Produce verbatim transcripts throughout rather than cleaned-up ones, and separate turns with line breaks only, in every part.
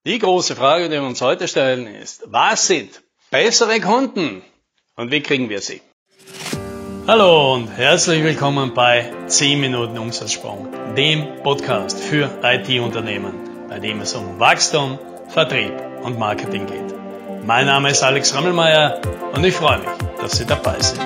Die große Frage, die wir uns heute stellen, ist, was sind bessere Kunden und wie kriegen wir sie? Hallo und herzlich willkommen bei zehn Minuten Umsatzsprung, dem Podcast für I T-Unternehmen, bei dem es um Wachstum, Vertrieb und Marketing geht. Mein Name ist Alex Rammelmeier und ich freue mich, dass Sie dabei sind.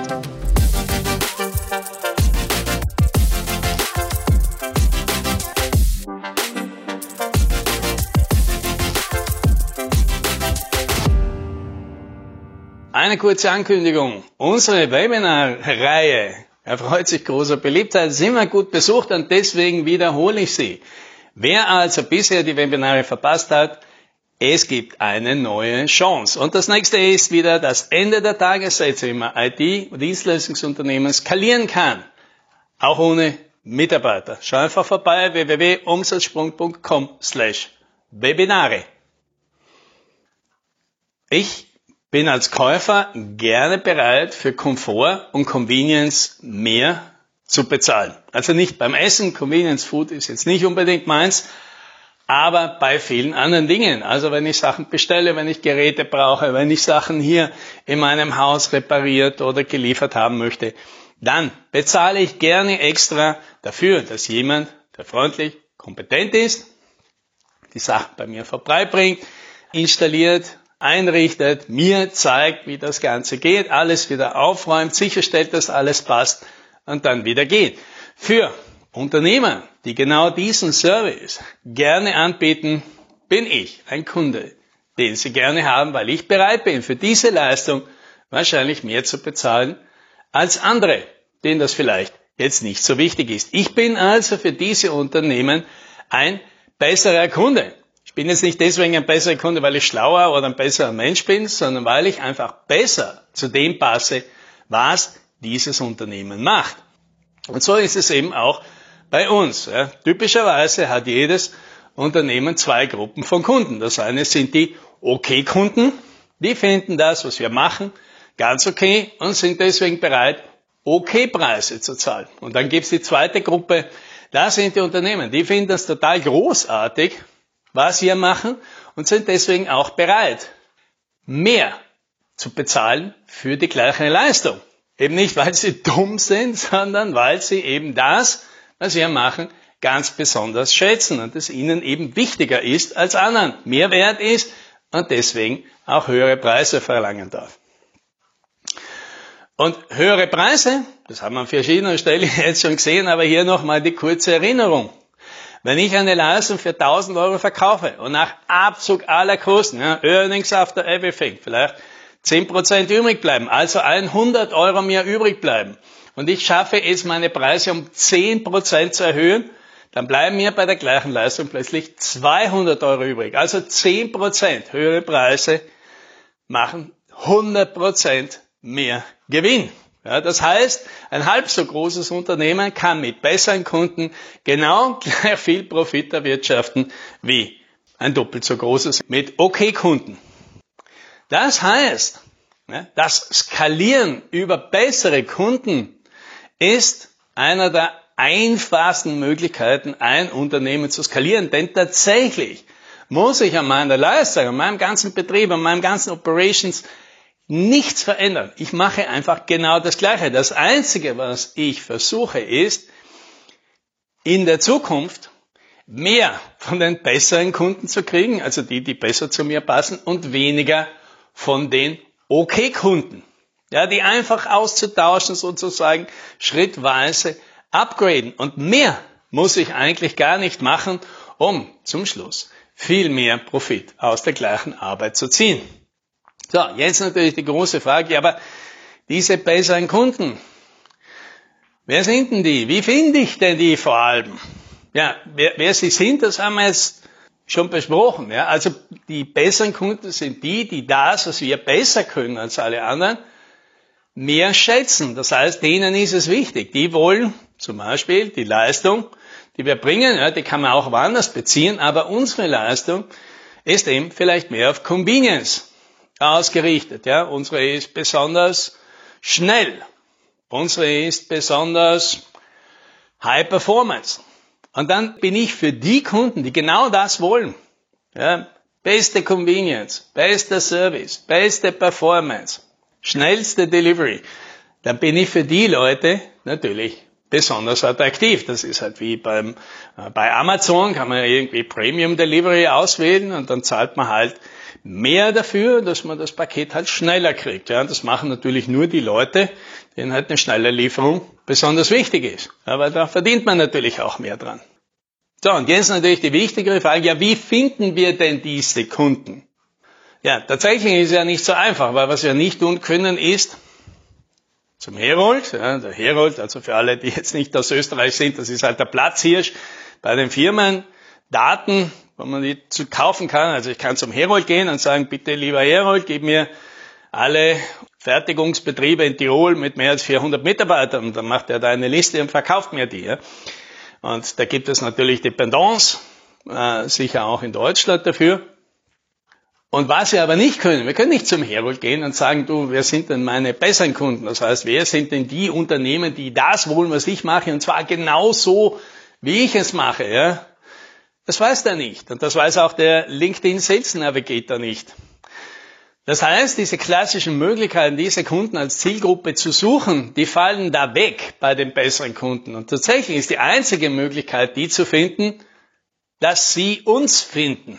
Eine kurze Ankündigung. Unsere Webinar-Reihe erfreut sich großer Beliebtheit, ist immer gut besucht und deswegen wiederhole ich sie. Wer also bisher die Webinare verpasst hat, es gibt eine neue Chance. Und das nächste ist wieder das Ende der Tagessätze, wie man I T- und Dienstleistungsunternehmen skalieren kann. Auch ohne Mitarbeiter. Schau einfach vorbei, w w w punkt umsatzsprung punkt com slash Webinare. Ich bin als Käufer gerne bereit, für Komfort und Convenience mehr zu bezahlen. Also nicht beim Essen, Convenience Food ist jetzt nicht unbedingt meins, aber bei vielen anderen Dingen. Also wenn ich Sachen bestelle, wenn ich Geräte brauche, wenn ich Sachen hier in meinem Haus repariert oder geliefert haben möchte, dann bezahle ich gerne extra dafür, dass jemand, der freundlich, kompetent ist, die Sachen bei mir vorbeibringt, installiert, einrichtet, mir zeigt, wie das Ganze geht, alles wieder aufräumt, sicherstellt, dass alles passt und dann wieder geht. Für Unternehmer, die genau diesen Service gerne anbieten, bin ich ein Kunde, den sie gerne haben, weil ich bereit bin, für diese Leistung wahrscheinlich mehr zu bezahlen als andere, denen das vielleicht jetzt nicht so wichtig ist. Ich bin also für diese Unternehmen ein besserer Kunde. Ich bin jetzt nicht deswegen ein besserer Kunde, weil ich schlauer oder ein besserer Mensch bin, sondern weil ich einfach besser zu dem passe, was dieses Unternehmen macht. Und so ist es eben auch bei uns. Ja. Typischerweise hat jedes Unternehmen zwei Gruppen von Kunden. Das eine sind die Okay-Kunden, die finden das, was wir machen, ganz okay und sind deswegen bereit, Okay-Preise zu zahlen. Und dann gibt es die zweite Gruppe, das sind die Unternehmen, die finden das total großartig, was wir machen und sind deswegen auch bereit, mehr zu bezahlen für die gleiche Leistung. Eben nicht, weil sie dumm sind, sondern weil sie eben das, was wir machen, ganz besonders schätzen und es ihnen eben wichtiger ist als anderen, mehr wert ist und deswegen auch höhere Preise verlangen darf. Und höhere Preise, das haben wir an verschiedenen Stellen jetzt schon gesehen, aber hier nochmal die kurze Erinnerung. Wenn ich eine Leistung für tausend Euro verkaufe und nach Abzug aller Kosten, ja, Earnings after everything, vielleicht zehn Prozent übrig bleiben, also hundert Euro mehr übrig bleiben und ich schaffe es, meine Preise um zehn Prozent zu erhöhen, dann bleiben mir bei der gleichen Leistung plötzlich zweihundert Euro übrig. Also zehn Prozent höhere Preise machen hundert Prozent mehr Gewinn. Ja, das heißt, ein halb so großes Unternehmen kann mit besseren Kunden genau gleich viel Profit erwirtschaften wie ein doppelt so großes mit Okay-Kunden. Das heißt, das Skalieren über bessere Kunden ist einer der einfachsten Möglichkeiten, ein Unternehmen zu skalieren. Denn tatsächlich muss ich an meiner Leistung, an meinem ganzen Betrieb, an meinem ganzen Operations nichts verändern. Ich mache einfach genau das Gleiche. Das Einzige, was ich versuche, ist, in der Zukunft mehr von den besseren Kunden zu kriegen, also die, die besser zu mir passen, und weniger von den Okay-Kunden. Ja, die einfach auszutauschen, sozusagen schrittweise upgraden. Und mehr muss ich eigentlich gar nicht machen, um zum Schluss viel mehr Profit aus der gleichen Arbeit zu ziehen. So, jetzt natürlich die große Frage, aber diese besseren Kunden, wer sind denn die? Wie finde ich denn die vor allem? Ja, wer, wer sie sind, das haben wir jetzt schon besprochen. Ja, also die besseren Kunden sind die, die das, was wir besser können als alle anderen, mehr schätzen. Das heißt, denen ist es wichtig. Die wollen zum Beispiel die Leistung, die wir bringen, ja, die kann man auch woanders beziehen, aber unsere Leistung ist eben vielleicht mehr auf Convenience ausgerichtet. Ja. Unsere ist besonders schnell. Unsere ist besonders High Performance. Und dann bin ich für die Kunden, die genau das wollen, ja, beste Convenience, bester Service, beste Performance, schnellste Delivery, dann bin ich für die Leute natürlich besonders attraktiv. Das ist halt wie beim, äh, bei Amazon, kann man irgendwie Premium Delivery auswählen und dann zahlt man halt mehr dafür, dass man das Paket halt schneller kriegt. Ja, und das machen natürlich nur die Leute, denen halt eine schnelle Lieferung besonders wichtig ist. Aber da verdient man natürlich auch mehr dran. So, und jetzt natürlich die wichtigere Frage, ja, wie finden wir denn diese Kunden? Ja, tatsächlich ist es ja nicht so einfach, weil was wir nicht tun können ist, zum Herold, ja, der Herold, also für alle, die jetzt nicht aus Österreich sind, das ist halt der Platzhirsch bei den Firmen, Daten, wo man die zu kaufen kann. Also ich kann zum Herold gehen und sagen, bitte lieber Herold, gib mir alle Fertigungsbetriebe in Tirol mit mehr als vierhundert Mitarbeitern. Und dann macht er da eine Liste und verkauft mir die. Ja. Und da gibt es natürlich Dependance, äh, sicher auch in Deutschland dafür. Und was wir aber nicht können, wir können nicht zum Herold gehen und sagen, du, wer sind denn meine besseren Kunden? Das heißt, wer sind denn die Unternehmen, die das wollen, was ich mache, und zwar genau so, wie ich es mache, ja? Das weiß der nicht. Und das weiß auch der LinkedIn Sales Navigator nicht. Das heißt, diese klassischen Möglichkeiten, diese Kunden als Zielgruppe zu suchen, die fallen da weg bei den besseren Kunden. Und tatsächlich ist die einzige Möglichkeit, die zu finden, dass sie uns finden.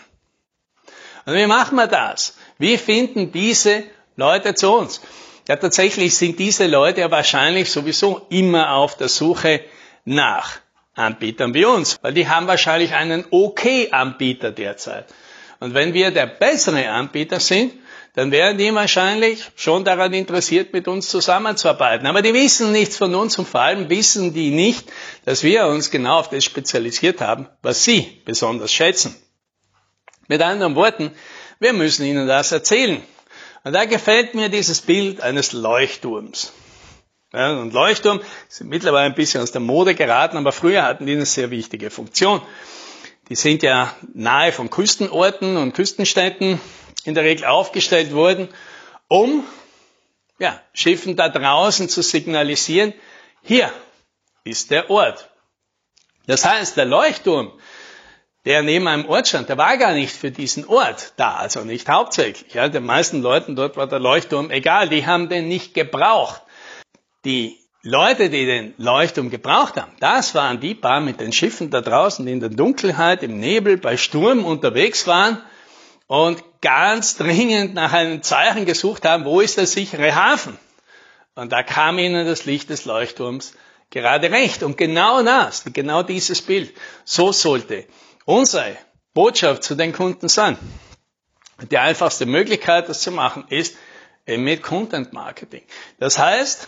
Und wie machen wir das? Wie finden diese Leute zu uns? Ja, tatsächlich sind diese Leute ja wahrscheinlich sowieso immer auf der Suche nach Anbietern wie uns, weil die haben wahrscheinlich einen Okay-Anbieter derzeit. Und wenn wir der bessere Anbieter sind, dann wären die wahrscheinlich schon daran interessiert, mit uns zusammenzuarbeiten. Aber die wissen nichts von uns und vor allem wissen die nicht, dass wir uns genau auf das spezialisiert haben, was sie besonders schätzen. Mit anderen Worten, wir müssen ihnen das erzählen. Und da gefällt mir dieses Bild eines Leuchtturms. Ja, und Leuchtturm sind mittlerweile ein bisschen aus der Mode geraten, aber früher hatten die eine sehr wichtige Funktion. Die sind ja nahe von Küstenorten und Küstenstädten in der Regel aufgestellt worden, um ja, Schiffen da draußen zu signalisieren, hier ist der Ort. Das heißt, der Leuchtturm, der neben einem Ort stand, der war gar nicht für diesen Ort da, also nicht hauptsächlich. Ja, den meisten Leuten dort war der Leuchtturm egal, die haben den nicht gebraucht. Die Leute, die den Leuchtturm gebraucht haben, das waren die paar mit den Schiffen da draußen, die in der Dunkelheit, im Nebel, bei Sturm unterwegs waren und ganz dringend nach einem Zeichen gesucht haben, wo ist der sichere Hafen? Und da kam ihnen das Licht des Leuchtturms gerade recht. Und genau das, genau dieses Bild, so sollte unsere Botschaft zu den Kunden sein. Die einfachste Möglichkeit, das zu machen, ist eben mit Content Marketing. Das heißt,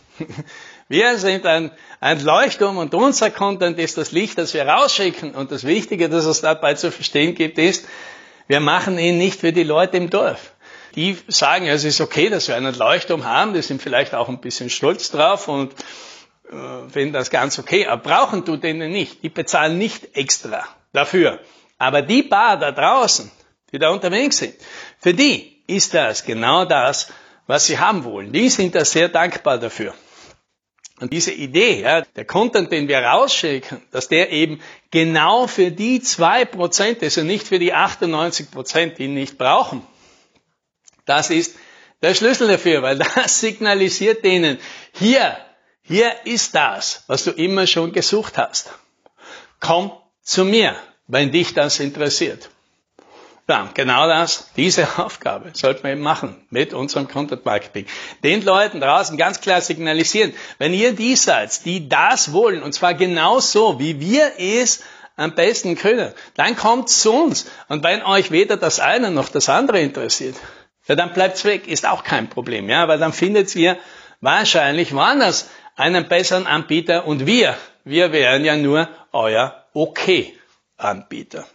wir sind ein, ein Leuchtturm und unser Content ist das Licht, das wir rausschicken. Und das Wichtige, das es dabei zu verstehen gibt, ist, wir machen ihn nicht für die Leute im Dorf. Die sagen, es ist okay, dass wir einen Leuchtturm haben, die sind vielleicht auch ein bisschen stolz drauf und äh, finden das ganz okay, aber brauchen tut denen nicht. Die bezahlen nicht extra dafür. Aber die paar da draußen, die da unterwegs sind, für die ist das genau das, was sie haben wollen. Die sind da sehr dankbar dafür. Und diese Idee, ja, der Content, den wir rausschicken, dass der eben genau für die zwei Prozent ist und nicht für die achtundneunzig Prozent, die ihn nicht brauchen, das ist der Schlüssel dafür, weil das signalisiert denen, hier, hier ist das, was du immer schon gesucht hast. Komm zu mir, wenn dich das interessiert. Ja, genau das, diese Aufgabe sollten wir eben machen mit unserem Content Marketing. Den Leuten draußen ganz klar signalisieren, wenn ihr die seid, die das wollen, und zwar genau so, wie wir es am besten können, dann kommt zu uns. Und wenn euch weder das eine noch das andere interessiert, ja, dann bleibt's weg, ist auch kein Problem, ja, weil dann findet ihr wahrscheinlich woanders einen besseren Anbieter und wir, wir wären ja nur euer Okay-Anbieter.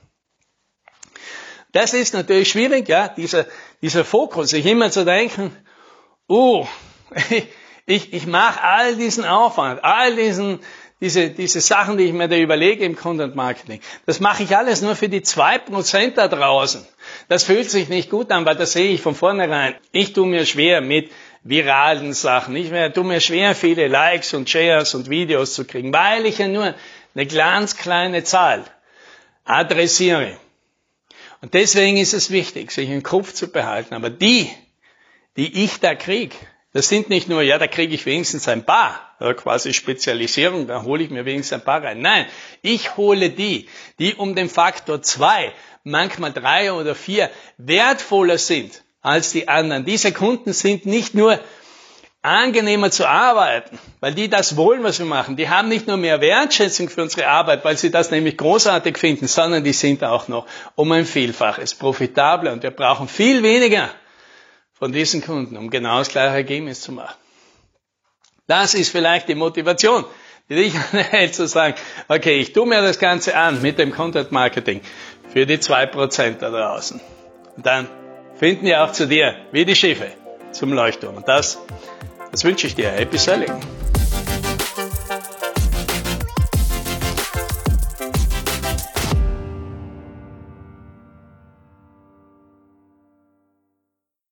Das ist natürlich schwierig, ja, dieser, dieser Fokus, sich immer zu denken, oh, ich, ich mache all diesen Aufwand, all diesen, diese, diese Sachen, die ich mir da überlege im Content Marketing. Das mache ich alles nur für die zwei Prozent da draußen. Das fühlt sich nicht gut an, weil das sehe ich von vornherein. Ich tue mir schwer mit viralen Sachen. Ich tue mir schwer, viele Likes und Shares und Videos zu kriegen, weil ich ja nur eine ganz kleine Zahl adressiere. Und deswegen ist es wichtig, sich im Kopf zu behalten. Aber die, die ich da kriege, das sind nicht nur, ja, da kriege ich wenigstens ein paar, ja, quasi Spezialisierung, da hole ich mir wenigstens ein paar rein. Nein, ich hole die, die um den Faktor zwei, manchmal drei oder vier wertvoller sind als die anderen. Diese Kunden sind nicht nur angenehmer zu arbeiten, weil die das wollen, was wir machen. Die haben nicht nur mehr Wertschätzung für unsere Arbeit, weil sie das nämlich großartig finden, sondern die sind auch noch um ein Vielfaches profitabler und wir brauchen viel weniger von diesen Kunden, um genau das gleiche Ergebnis zu machen. Das ist vielleicht die Motivation, die dich anhält zu sagen, okay, ich tue mir das Ganze an mit dem Content Marketing für die zwei Prozent da draußen. Und dann finden die auch zu dir wie die Schiffe zum Leuchtturm. Und das, das wünsche ich dir. Happy Selling.